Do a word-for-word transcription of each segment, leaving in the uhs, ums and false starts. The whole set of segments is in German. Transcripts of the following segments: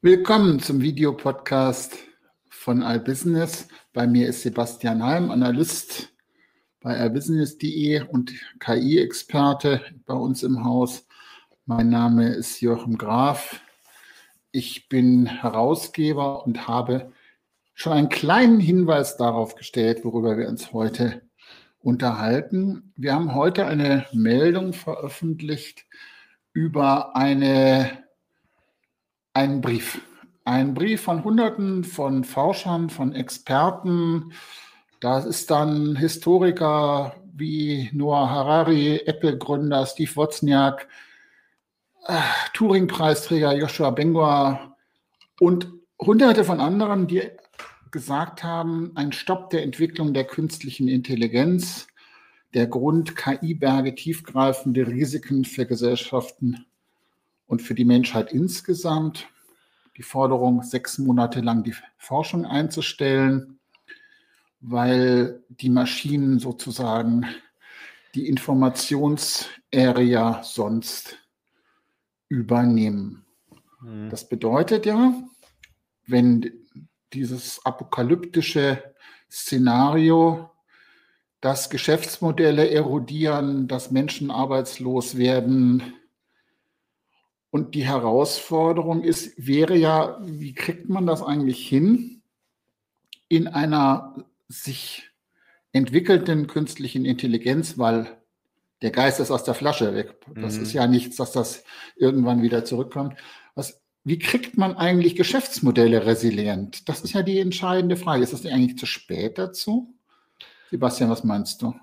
Willkommen zum Videopodcast von iBusiness. Bei mir ist Sebastian Halm, Analyst bei iBusiness punkt de und K I-Experte bei uns im Haus. Mein Name ist Joachim Graf. Ich bin Herausgeber und habe schon einen kleinen Hinweis darauf gestellt, worüber wir uns heute unterhalten. Wir haben heute eine Meldung veröffentlicht über eine, einen Brief. Ein Brief von Hunderten von Forschern, von Experten. Da ist dann Historiker wie Noah Harari, Apple-Gründer Steve Wozniak, äh, Turing-Preisträger Joshua Bengua und Hunderte von anderen, die gesagt haben, ein Stopp der Entwicklung der künstlichen Intelligenz, der Grund, K I berge tiefgreifende Risiken für Gesellschaften und für die Menschheit insgesamt. Die Forderung, sechs Monate lang die Forschung einzustellen, weil die Maschinen sozusagen die Informationsarea sonst übernehmen. Hm. Das bedeutet ja, wenn dieses apokalyptische Szenario, dass Geschäftsmodelle erodieren, dass Menschen arbeitslos werden, und die Herausforderung ist, wäre ja, wie kriegt man das eigentlich hin, in einer sich entwickelnden künstlichen Intelligenz, weil der Geist ist aus der Flasche weg. Das mhm. ist ja nichts, dass das irgendwann wieder zurückkommt. Was, wie kriegt man eigentlich Geschäftsmodelle resilient? Das ist ja die entscheidende Frage. Ist das eigentlich zu spät dazu? Sebastian, was meinst du?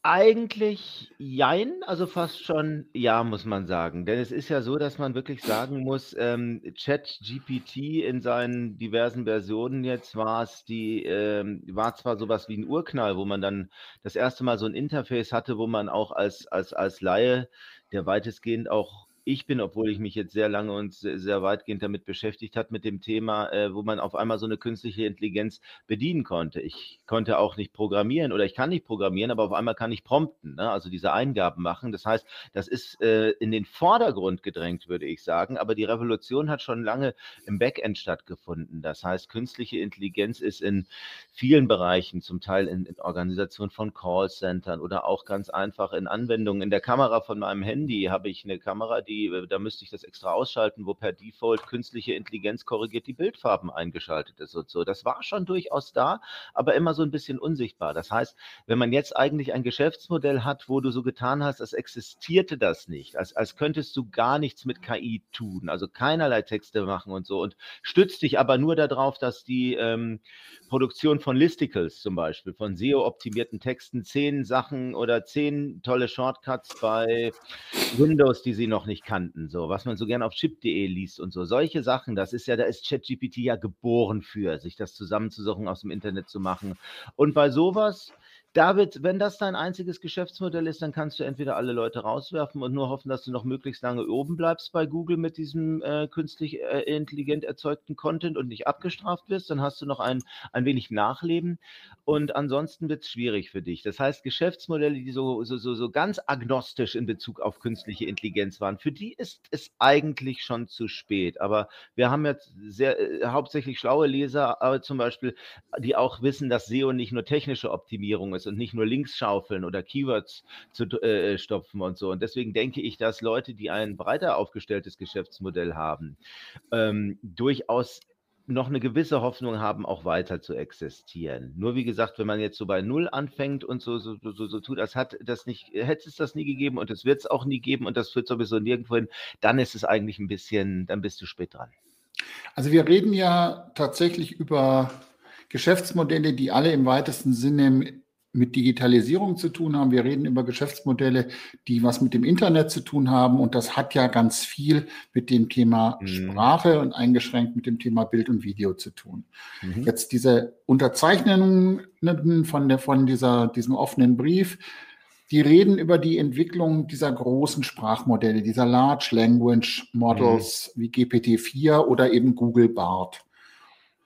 Eigentlich jein, also fast schon ja, muss man sagen. Denn es ist ja so, dass man wirklich sagen muss, ähm, ChatGPT in seinen diversen Versionen jetzt war es die, ähm, war zwar sowas wie ein Urknall, wo man dann das erste Mal so ein Interface hatte, wo man auch als, als, als Laie, der weitestgehend auch ich bin, obwohl ich mich jetzt sehr lange und sehr, sehr weitgehend damit beschäftigt hat mit dem Thema, äh, wo man auf einmal so eine künstliche Intelligenz bedienen konnte. Ich konnte auch nicht programmieren oder ich kann nicht programmieren, aber auf einmal kann ich prompten, ne? Also diese Eingaben machen. Das heißt, das ist äh, in den Vordergrund gedrängt, würde ich sagen, aber die Revolution hat schon lange im Backend stattgefunden. Das heißt, künstliche Intelligenz ist in vielen Bereichen, zum Teil in, in Organisation von Callcentern oder auch ganz einfach in Anwendungen. In der Kamera von meinem Handy habe ich eine Kamera, die da müsste ich das extra ausschalten, wo per Default künstliche Intelligenz korrigiert die Bildfarben eingeschaltet ist und so. Das war schon durchaus da, aber immer so ein bisschen unsichtbar. Das heißt, wenn man jetzt eigentlich ein Geschäftsmodell hat, wo du so getan hast, als existierte das nicht, als, als könntest du gar nichts mit K I tun, also keinerlei Texte machen und so und stützt dich aber nur darauf, dass die ähm, Produktion von Listicles zum Beispiel, von S E O-optimierten Texten, zehn Sachen oder zehn tolle Shortcuts bei Windows, die sie noch nicht kannten, so, was man so gerne auf chip punkt de liest und so, solche Sachen, das ist ja, da ist ChatGPT ja geboren für, sich das zusammenzusuchen, aus dem Internet zu machen. Und bei sowas, David, wenn das dein einziges Geschäftsmodell ist, dann kannst du entweder alle Leute rauswerfen und nur hoffen, dass du noch möglichst lange oben bleibst bei Google mit diesem äh, künstlich äh, intelligent erzeugten Content und nicht abgestraft wirst, dann hast du noch ein, ein wenig Nachleben und ansonsten wird es schwierig für dich. Das heißt, Geschäftsmodelle, die so, so, so, so ganz agnostisch in Bezug auf künstliche Intelligenz waren, für die ist es eigentlich schon zu spät. Aber wir haben jetzt sehr äh, hauptsächlich schlaue Leser, aber zum Beispiel, die auch wissen, dass S E O nicht nur technische Optimierung ist und nicht nur Links schaufeln oder Keywords zu äh, stopfen und so. Und deswegen denke ich, dass Leute, die ein breiter aufgestelltes Geschäftsmodell haben, ähm, durchaus noch eine gewisse Hoffnung haben, auch weiter zu existieren. Nur wie gesagt, wenn man jetzt so bei Null anfängt und so, so, so, so tut, als hat das nicht, hätte es das nie gegeben und es wird es auch nie geben und das führt sowieso nirgendwo hin, dann ist es eigentlich ein bisschen, dann bist du spät dran. Also wir reden ja tatsächlich über Geschäftsmodelle, die alle im weitesten Sinne mit Digitalisierung zu tun haben. Wir reden über Geschäftsmodelle, die was mit dem Internet zu tun haben. Und das hat ja ganz viel mit dem Thema mhm. Sprache und eingeschränkt mit dem Thema Bild und Video zu tun. Mhm. Jetzt diese Unterzeichnungen von, der, von dieser, diesem offenen Brief, die reden über die Entwicklung dieser großen Sprachmodelle, dieser Large Language Models mhm. wie G P T vier oder eben Google Bard.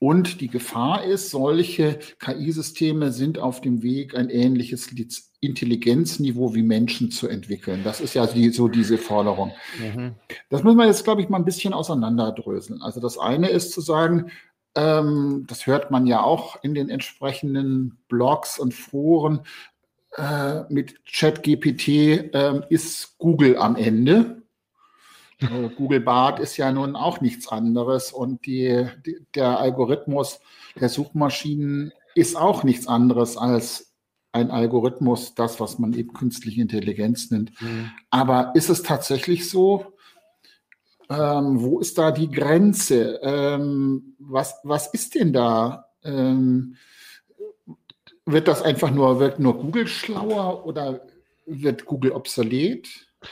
Und die Gefahr ist, solche K I-Systeme sind auf dem Weg, ein ähnliches Liz- Intelligenzniveau wie Menschen zu entwickeln. Das ist ja die, so diese Forderung. Mhm. Das müssen wir jetzt, glaube ich, mal ein bisschen auseinanderdröseln. Also das eine ist zu sagen, ähm, das hört man ja auch in den entsprechenden Blogs und Foren, äh, mit ChatGPT äh, ist Google am Ende. Äh, Google Bart ist ja nun auch nichts anderes und die, die, der Algorithmus der Suchmaschinen ist auch nichts anderes als ein Algorithmus, das, was man eben künstliche Intelligenz nennt. Mhm. Aber ist es tatsächlich so? Ähm, wo ist da die Grenze? Ähm, was, was ist denn da? Ähm, wird das einfach nur, wird nur Google schlauer oder wird Google obsolet?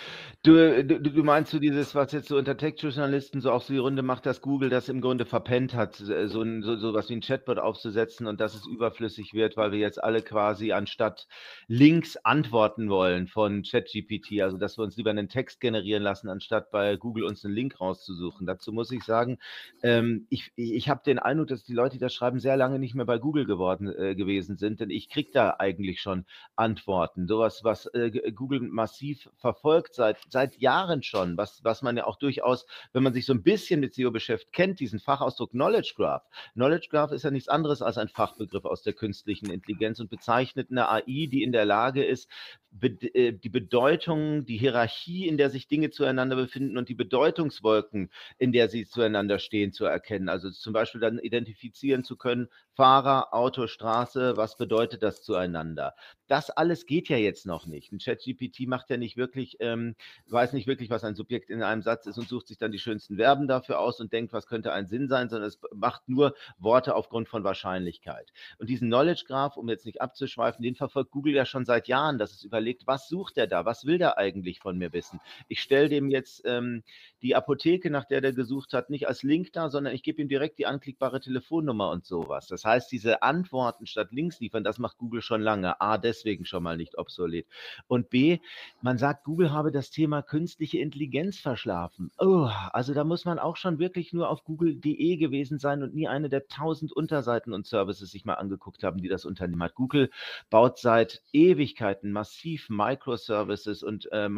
Du, du, du meinst so dieses, was jetzt so unter Tech-Journalisten so auch so die Runde macht, dass Google das im Grunde verpennt hat, so, ein, so, so was wie ein Chatbot aufzusetzen und dass es überflüssig wird, weil wir jetzt alle quasi anstatt Links antworten wollen von ChatGPT, also dass wir uns lieber einen Text generieren lassen, anstatt bei Google uns einen Link rauszusuchen. Dazu muss ich sagen, ähm, ich, ich habe den Eindruck, dass die Leute, die das schreiben, sehr lange nicht mehr bei Google geworden, äh, gewesen sind, denn ich kriege da eigentlich schon Antworten. Sowas, was äh, Google massiv verfolgt seit seit Jahren schon, was, was man ja auch durchaus, wenn man sich so ein bisschen mit S E O beschäftigt, kennt, diesen Fachausdruck Knowledge Graph. Knowledge Graph ist ja nichts anderes als ein Fachbegriff aus der künstlichen Intelligenz und bezeichnet eine A I, die in der Lage ist, be äh, die Bedeutung, die Hierarchie, in der sich Dinge zueinander befinden und die Bedeutungswolken, in der sie zueinander stehen, zu erkennen. Also zum Beispiel dann identifizieren zu können, Fahrer, Auto, Straße, was bedeutet das zueinander? Das alles geht ja jetzt noch nicht. Ein ChatGPT macht ja nicht wirklich, ähm, weiß nicht wirklich, was ein Subjekt in einem Satz ist und sucht sich dann die schönsten Verben dafür aus und denkt, was könnte ein Sinn sein, sondern es macht nur Worte aufgrund von Wahrscheinlichkeit. Und diesen Knowledge Graph, um jetzt nicht abzuschweifen, den verfolgt Google ja schon seit Jahren, dass es überlegt, was sucht er da, was will der eigentlich von mir wissen? Ich stelle dem jetzt ähm, die Apotheke, nach der der gesucht hat, nicht als Link da, sondern ich gebe ihm direkt die anklickbare Telefonnummer und sowas. Das heißt, diese Antworten statt Links liefern, das macht Google schon lange. A, deswegen schon mal nicht obsolet. Und B, man sagt, Google habe das Thema künstliche Intelligenz verschlafen. Oh, also da muss man auch schon wirklich nur auf google punkt de gewesen sein und nie eine der tausend Unterseiten und Services sich mal angeguckt haben, die das Unternehmen hat. Google baut seit Ewigkeiten massiv Microservices und äh,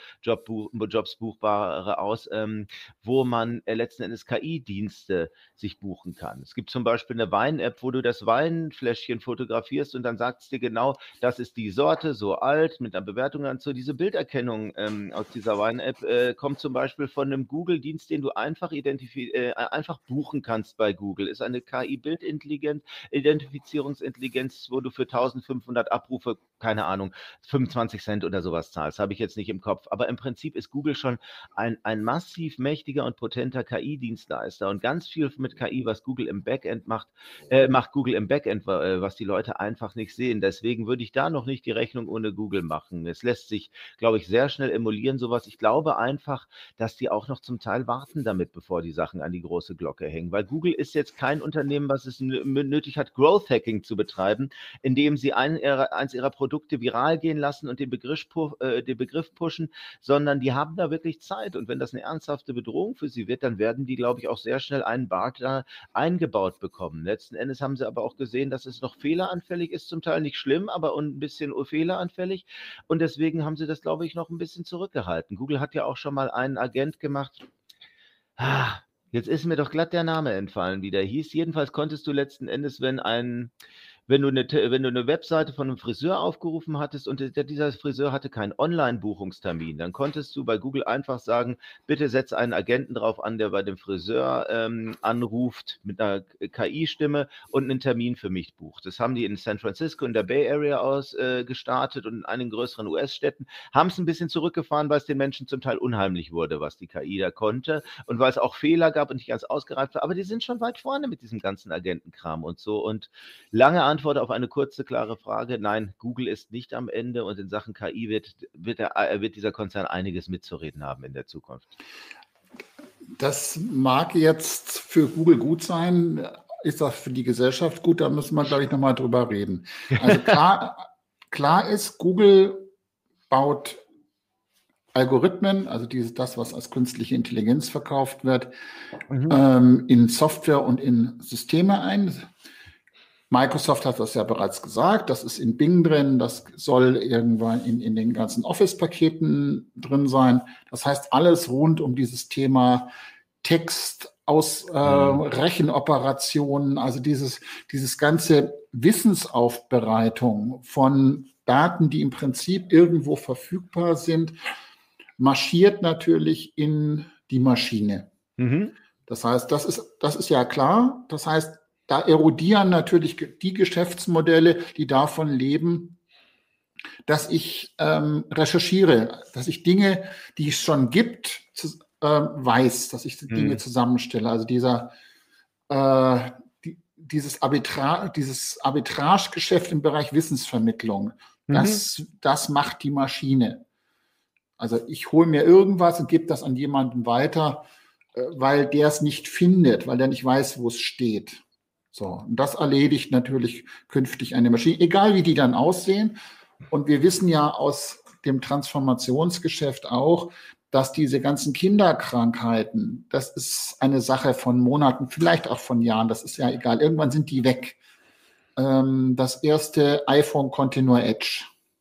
Microjobs buchbare aus, ähm, wo man äh, letzten Endes K I-Dienste sich buchen kann. Es gibt zum Beispiel eine Wein-App, wo du das Weinfläschchen fotografierst und dann sagt es dir genau, das ist die Sorte, so alt, mit einer Bewertung dazu. Diese Bilderkennung ähm, aus dieser Wein-App äh, kommt zum Beispiel von einem Google-Dienst, den du einfach, identifi äh, einfach buchen kannst bei Google. Ist eine K I-Bildintelligenz, Identifizierungsintelligenz, wo du für eintausendfünfhundert Abrufe, keine Ahnung, fünfundzwanzig Cent oder sowas zahlst. Habe ich jetzt nicht im Kopf. Aber im Prinzip ist Google schon ein, ein massiv mächtiger und potenter K I-Dienstleister und ganz viel mit K I, was Google im Backend macht, äh, macht Google im Backend, äh, was die Leute einfach nicht sehen. Deswegen würde ich da noch nicht die Rechnung ohne Google machen. Es lässt sich, glaube ich, sehr schnell emulieren, sowas. Ich glaube einfach, dass die auch noch zum Teil warten damit, bevor die Sachen an die große Glocke hängen. Weil Google ist jetzt kein Unternehmen, was es nötig hat, Growth Hacking zu betreiben, indem sie ein, eins ihrer Produkte viral gehen lassen und den Begriff, äh, den Begriff pushen, sondern die haben da wirklich Zeit. Und wenn das eine ernsthafte Bedrohung für sie wird, dann werden die, glaube ich, auch sehr schnell einen Bart da eingebaut bekommen. Letzten Endes haben sie aber auch gesehen, dass es noch fehleranfällig ist, zum Teil nicht schlimm, aber ein bisschen fehleranfällig. Und deswegen haben sie das, glaube ich, noch ein bisschen zurückgehalten. Google hat ja auch schon mal einen Agent gemacht. Ah, jetzt ist mir doch glatt der Name entfallen, wie der hieß. Jedenfalls konntest du letzten Endes, wenn ein wenn du, eine, wenn du eine Webseite von einem Friseur aufgerufen hattest und der, dieser Friseur hatte keinen Online-Buchungstermin, dann konntest du bei Google einfach sagen, bitte setz einen Agenten drauf an, der bei dem Friseur ähm, anruft mit einer K I-Stimme und einen Termin für mich bucht. Das haben die in San Francisco in der Bay Area aus äh, gestartet und in einigen größeren U S-Städten, haben es ein bisschen zurückgefahren, weil es den Menschen zum Teil unheimlich wurde, was die K I da konnte und weil es auch Fehler gab und nicht ganz ausgereift war. Aber die sind schon weit vorne mit diesem ganzen Agentenkram und so. Und lange Antwort auf eine kurze, klare Frage. Nein, Google ist nicht am Ende und in Sachen K I wird, wird, der, wird dieser Konzern einiges mitzureden haben in der Zukunft. Das mag jetzt für Google gut sein. Ist das für die Gesellschaft gut? Da müssen wir, glaube ich, nochmal drüber reden. Also klar, klar ist, Google baut Algorithmen, also dieses, das, was als künstliche Intelligenz verkauft wird, Mhm. ähm, in Software und in Systeme ein. Microsoft hat das ja bereits gesagt, das ist in Bing drin, das soll irgendwann in, in den ganzen Office-Paketen drin sein. Das heißt, alles rund um dieses Thema Text aus äh, Mhm. Rechenoperationen, also dieses, dieses ganze Wissensaufbereitung von Daten, die im Prinzip irgendwo verfügbar sind, marschiert natürlich in die Maschine. Mhm. Das heißt, das ist, das ist ja klar. Das heißt, da erodieren natürlich die Geschäftsmodelle, die davon leben, dass ich ähm, recherchiere, dass ich Dinge, die es schon gibt, zu, äh, weiß, dass ich Dinge Mhm. zusammenstelle. Also dieser, äh, die, dieses, Arbitra dieses Arbitragegeschäft im Bereich Wissensvermittlung, Mhm. das, das macht die Maschine. Also ich hole mir irgendwas und gebe das an jemanden weiter, äh, weil der es nicht findet, weil der nicht weiß, wo es steht. So, und das erledigt natürlich künftig eine Maschine, egal wie die dann aussehen. Und wir wissen ja aus dem Transformationsgeschäft auch, dass diese ganzen Kinderkrankheiten, das ist eine Sache von Monaten, vielleicht auch von Jahren, das ist ja egal. Irgendwann sind die weg. Ähm, das erste iPhone konnte nur Edge.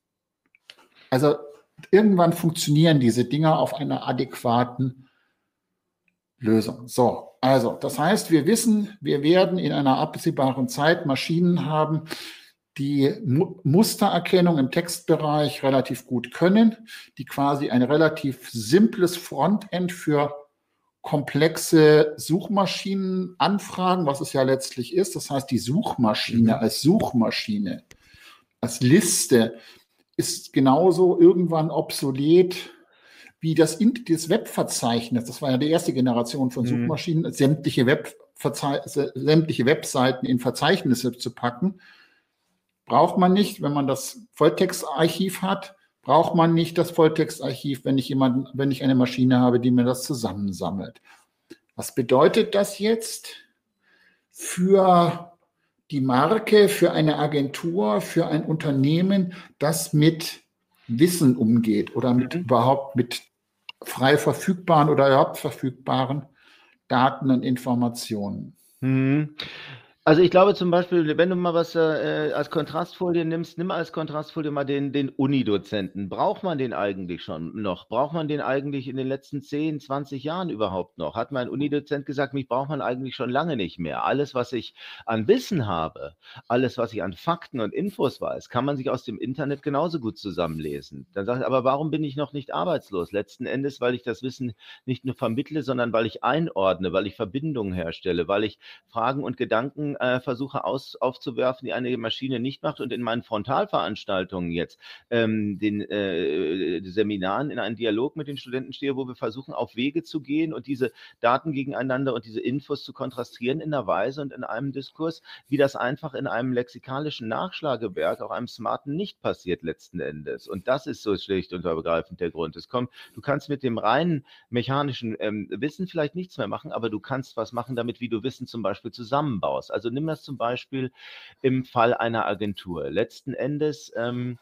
Also irgendwann funktionieren diese Dinger auf einer adäquaten Lösung. So, also das heißt, wir wissen, wir werden in einer absehbaren Zeit Maschinen haben, die Mu Mustererkennung im Textbereich relativ gut können, die quasi ein relativ simples Frontend für komplexe Suchmaschinen anfragen, was es ja letztlich ist. Das heißt, die Suchmaschine Mhm. als Suchmaschine, als Liste ist genauso irgendwann obsolet wie das, das Webverzeichnis. Das war ja die erste Generation von Mhm. Suchmaschinen, sämtliche, Webverze sämtliche Webseiten in Verzeichnisse zu packen. Braucht man nicht, wenn man das Volltextarchiv hat, braucht man nicht das Volltextarchiv, wenn ich jemanden, wenn ich eine Maschine habe, die mir das zusammensammelt. Was bedeutet das jetzt für die Marke, für eine Agentur, für ein Unternehmen, das mit Wissen umgeht oder mit Mhm. überhaupt mit frei verfügbaren oder überhaupt verfügbaren Daten und Informationen? Mhm. Also ich glaube zum Beispiel, wenn du mal was äh, als Kontrastfolie nimmst, nimm als Kontrastfolie mal den, den Unidozenten. Braucht man den eigentlich schon noch? Braucht man den eigentlich in den letzten zehn, zwanzig Jahren überhaupt noch? Hat mein Unidozent gesagt, mich braucht man eigentlich schon lange nicht mehr. Alles, was ich an Wissen habe, alles, was ich an Fakten und Infos weiß, kann man sich aus dem Internet genauso gut zusammenlesen. Dann sagt er, aber warum bin ich noch nicht arbeitslos? Letzten Endes, weil ich das Wissen nicht nur vermittle, sondern weil ich einordne, weil ich Verbindungen herstelle, weil ich Fragen und Gedanken äh, versuche aus, aufzuwerfen, die eine Maschine nicht macht, und in meinen Frontalveranstaltungen jetzt, ähm, den äh, Seminaren in einen Dialog mit den Studenten stehe, wo wir versuchen, auf Wege zu gehen und diese Daten gegeneinander und diese Infos zu kontrastieren in einer Weise und in einem Diskurs, wie das einfach in einem lexikalischen Nachschlagewerk, auch einem smarten, nicht passiert letzten Endes. Und das ist so schlicht und ergreifend der Grund. Es kommt, du kannst mit dem reinen mechanischen ähm, Wissen vielleicht nichts mehr machen, aber du kannst was machen damit, wie du Wissen zum Beispiel zusammenbaust. Also nimm das zum Beispiel im Fall einer Agentur. Letzten Endes ähm,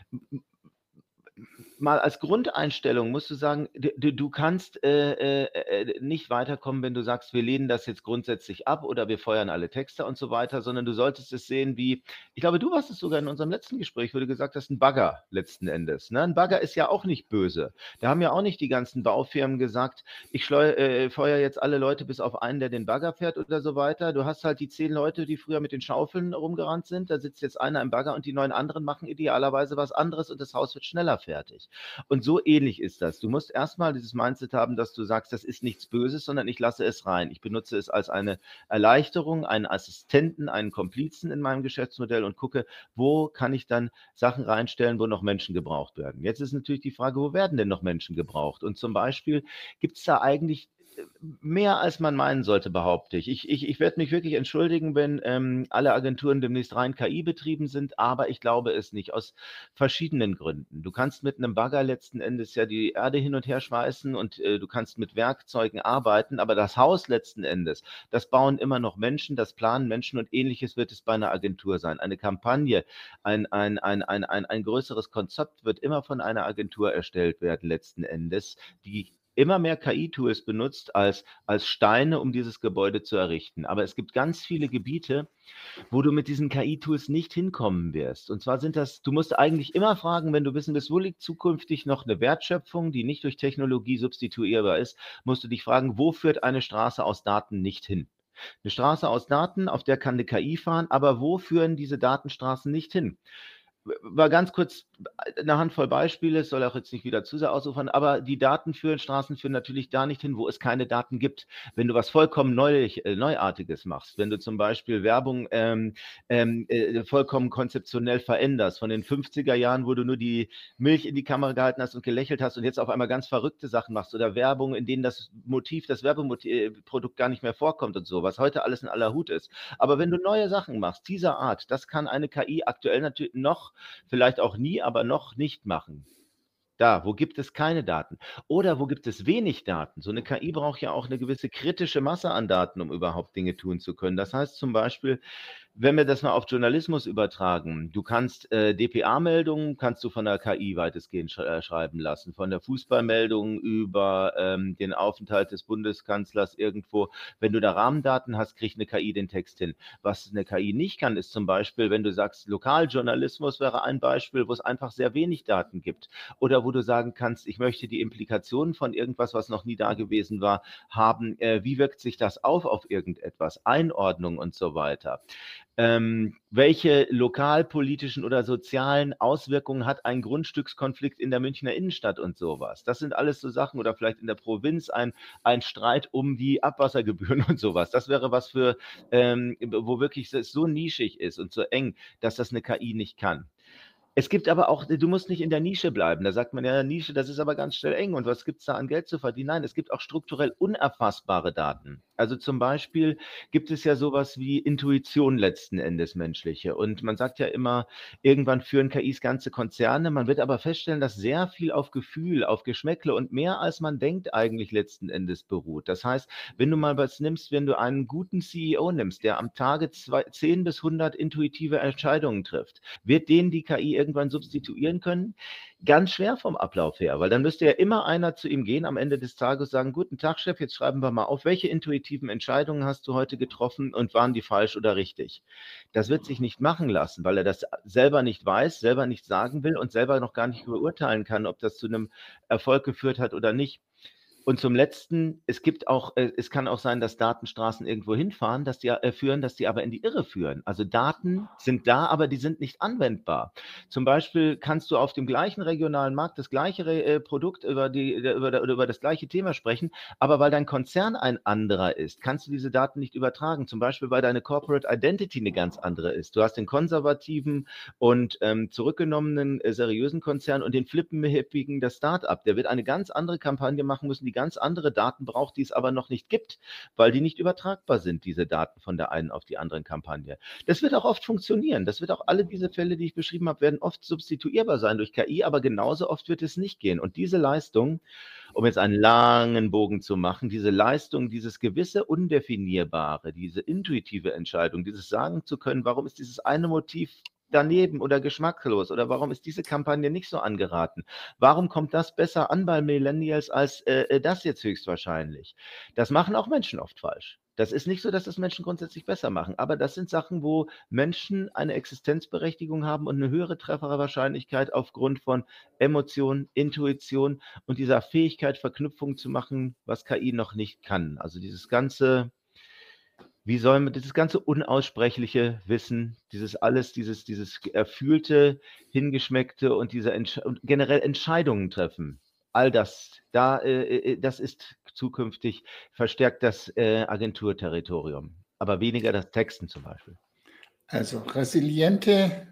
mal als Grundeinstellung musst du sagen, du, du kannst äh, äh, nicht weiterkommen, wenn du sagst, wir lehnen das jetzt grundsätzlich ab oder wir feuern alle Texte und so weiter, sondern du solltest es sehen wie, ich glaube, du warst es sogar in unserem letzten Gespräch, wo du gesagt hast, ein Bagger letzten Endes. Ne? Ein Bagger ist ja auch nicht böse. Da haben ja auch nicht die ganzen Baufirmen gesagt, ich schleu, äh, feuer jetzt alle Leute bis auf einen, der den Bagger fährt oder so weiter. Du hast halt die zehn Leute, die früher mit den Schaufeln rumgerannt sind, da sitzt jetzt einer im Bagger und die neun anderen machen idealerweise was anderes und das Haus wird schneller fertig. Und so ähnlich ist das. Du musst erstmal dieses Mindset haben, dass du sagst, das ist nichts Böses, sondern ich lasse es rein. Ich benutze es als eine Erleichterung, einen Assistenten, einen Komplizen in meinem Geschäftsmodell und gucke, wo kann ich dann Sachen reinstellen, wo noch Menschen gebraucht werden. Jetzt ist natürlich die Frage, wo werden denn noch Menschen gebraucht? Und zum Beispiel gibt es da eigentlich mehr als man meinen sollte, behaupte ich. Ich, ich, ich werde mich wirklich entschuldigen, wenn ähm, alle Agenturen demnächst rein K I betrieben sind, aber ich glaube es nicht, aus verschiedenen Gründen. Du kannst mit einem Bagger letzten Endes ja die Erde hin und her schmeißen und äh, du kannst mit Werkzeugen arbeiten, aber das Haus letzten Endes, das bauen immer noch Menschen, das planen Menschen und ähnliches wird es bei einer Agentur sein. Eine Kampagne, ein, ein, ein, ein, ein, ein größeres Konzept wird immer von einer Agentur erstellt werden letzten Endes, die immer mehr K I-Tools benutzt als, als Steine, um dieses Gebäude zu errichten. Aber es gibt ganz viele Gebiete, wo du mit diesen K I-Tools nicht hinkommen wirst. Und zwar sind das, du musst eigentlich immer fragen, wenn du wissen willst, wo liegt zukünftig noch eine Wertschöpfung, die nicht durch Technologie substituierbar ist, musst du dich fragen, wo führt eine Straße aus Daten nicht hin? Eine Straße aus Daten, auf der kann eine K I fahren, aber wo führen diese Datenstraßen nicht hin? War ganz kurz eine Handvoll Beispiele, es soll auch jetzt nicht wieder zu sehr ausufern, aber die Daten führen, Straßen führen natürlich da nicht hin, wo es keine Daten gibt. Wenn du was vollkommen Neulich, äh, Neuartiges machst, wenn du zum Beispiel Werbung ähm, ähm, äh, vollkommen konzeptionell veränderst, von den fünfziger Jahren, wo du nur die Milch in die Kamera gehalten hast und gelächelt hast und jetzt auf einmal ganz verrückte Sachen machst oder Werbung, in denen das Motiv, das Werbeprodukt gar nicht mehr vorkommt und so, was heute alles in aller Hut ist. Aber wenn du neue Sachen machst, dieser Art, das kann eine K I aktuell natürlich noch, vielleicht auch nie, aber noch nicht machen. Da, wo gibt es keine Daten? Oder wo gibt es wenig Daten? So eine K I braucht ja auch eine gewisse kritische Masse an Daten, um überhaupt Dinge tun zu können. Das heißt zum Beispiel, wenn wir das mal auf Journalismus übertragen, du kannst äh, D P A-Meldungen kannst du von der K I weitestgehend sch äh, schreiben lassen, von der Fußballmeldung über ähm, den Aufenthalt des Bundeskanzlers irgendwo. Wenn du da Rahmendaten hast, kriegt eine K I den Text hin. Was eine K I nicht kann, ist zum Beispiel, wenn du sagst, Lokaljournalismus wäre ein Beispiel, wo es einfach sehr wenig Daten gibt. Oder wo du sagen kannst, ich möchte die Implikationen von irgendwas, was noch nie da gewesen war, haben. Äh, wie wirkt sich das auf auf irgendetwas? Einordnung und so weiter. Ähm, welche lokalpolitischen oder sozialen Auswirkungen hat ein Grundstückskonflikt in der Münchner Innenstadt und sowas? Das sind alles so Sachen oder vielleicht in der Provinz ein, ein Streit um die Abwassergebühren und sowas. Das wäre was für, ähm, wo wirklich es so nischig ist und so eng, dass das eine K I nicht kann. Es gibt aber auch, du musst nicht in der Nische bleiben. Da sagt man ja, Nische, das ist aber ganz schnell eng. Und was gibt es da an Geld zu verdienen? Nein, es gibt auch strukturell unerfassbare Daten. Also zum Beispiel gibt es ja sowas wie Intuition letzten Endes menschliche. Und man sagt ja immer, irgendwann führen K Is ganze Konzerne. Man wird aber feststellen, dass sehr viel auf Gefühl, auf Geschmäckle und mehr als man denkt eigentlich letzten Endes beruht. Das heißt, wenn du mal was nimmst, wenn du einen guten C E O nimmst, der am Tage zwei, zehn bis hundert intuitive Entscheidungen trifft, wird den die K I irgendwann substituieren können? Ganz schwer vom Ablauf her, weil dann müsste ja immer einer zu ihm gehen am Ende des Tages sagen, guten Tag, Chef, jetzt schreiben wir mal auf, welche intuitiven Entscheidungen hast du heute getroffen und waren die falsch oder richtig? Das wird sich nicht machen lassen, weil er das selber nicht weiß, selber nicht sagen will und selber noch gar nicht beurteilen kann, ob das zu einem Erfolg geführt hat oder nicht. Und zum Letzten, es gibt auch, äh, es kann auch sein, dass Datenstraßen irgendwo hinfahren, dass die äh, führen, dass die aber in die Irre führen. Also Daten sind da, aber die sind nicht anwendbar. Zum Beispiel kannst du auf dem gleichen regionalen Markt das gleiche äh, Produkt über, die, über, oder über das gleiche Thema sprechen, aber weil dein Konzern ein anderer ist, kannst du diese Daten nicht übertragen. Zum Beispiel, weil deine Corporate Identity eine ganz andere ist. Du hast den konservativen und ähm, zurückgenommenen, äh, seriösen Konzern und den flippenhippigen, das Start-up. Der wird eine ganz andere Kampagne machen müssen, die ganz andere Daten braucht, die es aber noch nicht gibt, weil die nicht übertragbar sind, diese Daten von der einen auf die andere Kampagne. Das wird auch oft funktionieren. Das wird auch alle diese Fälle, die ich beschrieben habe, werden oft substituierbar sein durch K I, aber genauso oft wird es nicht gehen. Und diese Leistung, um jetzt einen langen Bogen zu machen, diese Leistung, dieses gewisse Undefinierbare, diese intuitive Entscheidung, dieses sagen zu können, warum ist dieses eine Motiv daneben oder geschmacklos oder warum ist diese Kampagne nicht so angeraten? Warum kommt das besser an bei Millennials als äh, das jetzt höchstwahrscheinlich? Das machen auch Menschen oft falsch. Das ist nicht so, dass das Menschen grundsätzlich besser machen, aber das sind Sachen, wo Menschen eine Existenzberechtigung haben und eine höhere Trefferwahrscheinlichkeit aufgrund von Emotion, Intuition und dieser Fähigkeit, Verknüpfungen zu machen, was K I noch nicht kann. Also dieses ganze Wie soll man dieses ganze unaussprechliche Wissen, dieses alles, dieses, dieses erfühlte, hingeschmeckte und diese Entsch und generell Entscheidungen treffen, all das, da, äh, äh, das ist zukünftig verstärkt das äh, Agenturterritorium, aber weniger das Texten zum Beispiel. Also resiliente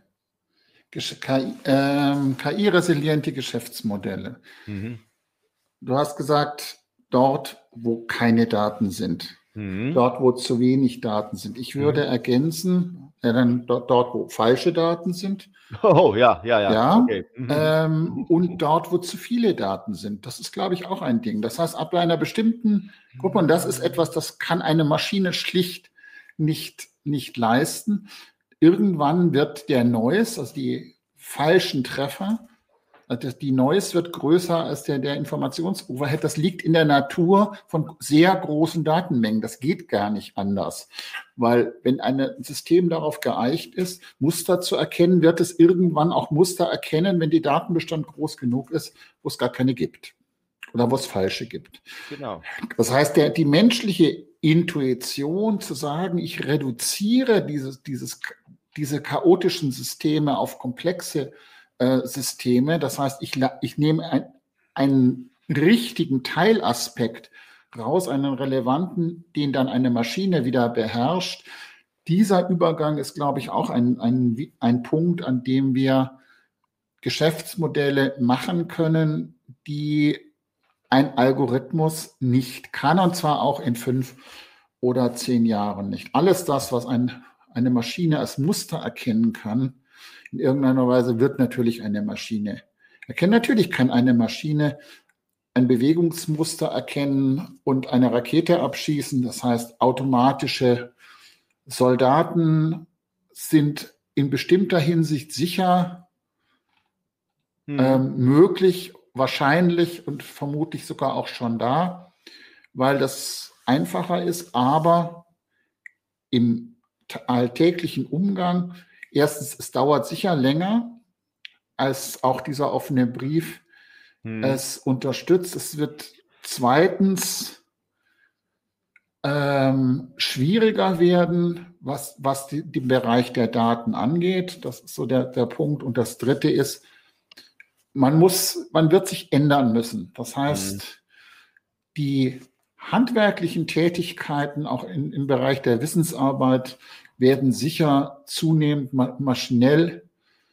K I, ähm, K I-resiliente Geschäftsmodelle. Mhm. Du hast gesagt, dort, wo keine Daten sind. Mhm. Dort, wo zu wenig Daten sind. Ich würde Mhm. ergänzen, äh, dann dort, dort, wo falsche Daten sind. Oh, ja, ja, ja, Ja, okay. Mhm. ähm, und dort, wo zu viele Daten sind. Das ist, glaube ich, auch ein Ding. Das heißt, ab einer bestimmten Gruppe, und das ist etwas, das kann eine Maschine schlicht nicht, nicht leisten. Irgendwann wird der Noise, also die falschen Treffer, also die Noise wird größer als der, der Informationsoverhead. Das liegt in der Natur von sehr großen Datenmengen. Das geht gar nicht anders. Weil wenn ein System darauf geeicht ist, Muster zu erkennen, wird es irgendwann auch Muster erkennen, wenn die Datenbestand groß genug ist, wo es gar keine gibt oder wo es falsche gibt. Genau. Das heißt, der, die menschliche Intuition zu sagen, ich reduziere dieses, dieses, diese chaotischen Systeme auf komplexe äh, Systeme. Das heißt, ich, ich nehme ein, einen richtigen Teilaspekt raus, einen relevanten, den dann eine Maschine wieder beherrscht. Dieser Übergang ist, glaube ich, auch ein, ein, ein Punkt, an dem wir Geschäftsmodelle machen können, die ein Algorithmus nicht kann, und zwar auch in fünf oder zehn Jahren nicht. Alles das, was ein, eine Maschine als Muster erkennen kann, in irgendeiner Weise wird natürlich eine Maschine erkennen. Natürlich kann eine Maschine ein Bewegungsmuster erkennen und eine Rakete abschießen. Das heißt, automatische Soldaten sind in bestimmter Hinsicht sicher, Mhm. ähm, möglich, wahrscheinlich und vermutlich sogar auch schon da, weil das einfacher ist, aber im alltäglichen Umgang, erstens, es dauert sicher länger, als auch dieser offene Brief Mhm. es unterstützt. Es wird zweitens ähm, schwieriger werden, was, was die, den Bereich der Daten angeht. Das ist so der, der Punkt. Und das dritte ist, man muss, man wird sich ändern müssen. Das heißt, Mhm. die handwerklichen Tätigkeiten auch in, im Bereich der Wissensarbeit werden sicher zunehmend ma maschinell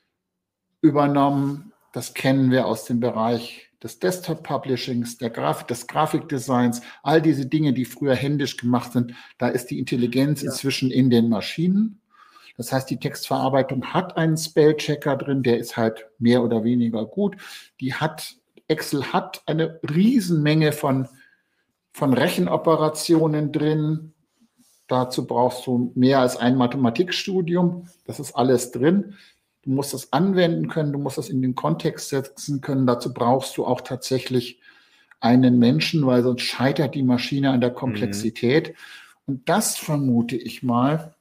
übernommen. Das kennen wir aus dem Bereich des Desktop-Publishings, der Grafik, des Grafikdesigns, all diese Dinge, die früher händisch gemacht sind. Da ist die Intelligenz Ja. inzwischen in den Maschinen. Das heißt, die Textverarbeitung hat einen Spellchecker drin, der ist halt mehr oder weniger gut. Die hat, Excel hat eine Riesenmenge von, von Rechenoperationen drin. Dazu brauchst du mehr als ein Mathematikstudium. Das ist alles drin. Du musst das anwenden können, du musst das in den Kontext setzen können. Dazu brauchst du auch tatsächlich einen Menschen, weil sonst scheitert die Maschine an der Komplexität. Mhm. Und das, vermute ich mal,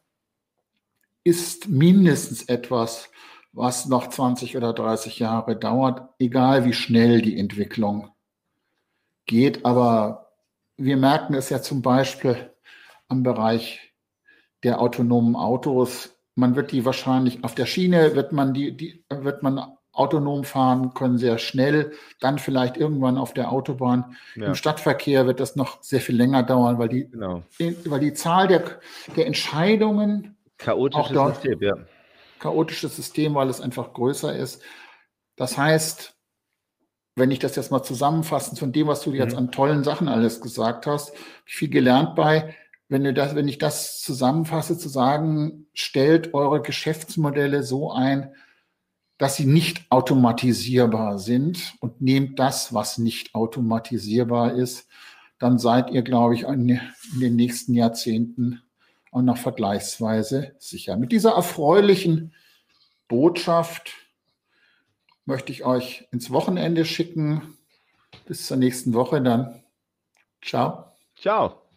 ist mindestens etwas, was noch zwanzig oder dreißig Jahre dauert, egal wie schnell die Entwicklung geht. Aber wir merken es ja zum Beispiel am Bereich der autonomen Autos. Man wird die wahrscheinlich auf der Schiene, wird man die, die wird man autonom fahren können, sehr schnell, dann vielleicht irgendwann auf der Autobahn. Ja. Im Stadtverkehr wird das noch sehr viel länger dauern, weil die, genau. weil die Zahl der, der Entscheidungen chaotisches auch dort, System, ja. chaotisches System, weil es einfach größer ist. Das heißt, wenn ich das jetzt mal zusammenfassen von dem, was du jetzt mhm. an tollen Sachen alles gesagt hast, habe ich viel gelernt bei, wenn du das, wenn ich das zusammenfasse, zu sagen, stellt eure Geschäftsmodelle so ein, dass sie nicht automatisierbar sind und nehmt das, was nicht automatisierbar ist, dann seid ihr, glaube ich, in den nächsten Jahrzehnten auch noch vergleichsweise sicher. Mit dieser erfreulichen Botschaft möchte ich euch ins Wochenende schicken. Bis zur nächsten Woche dann. Ciao. Ciao.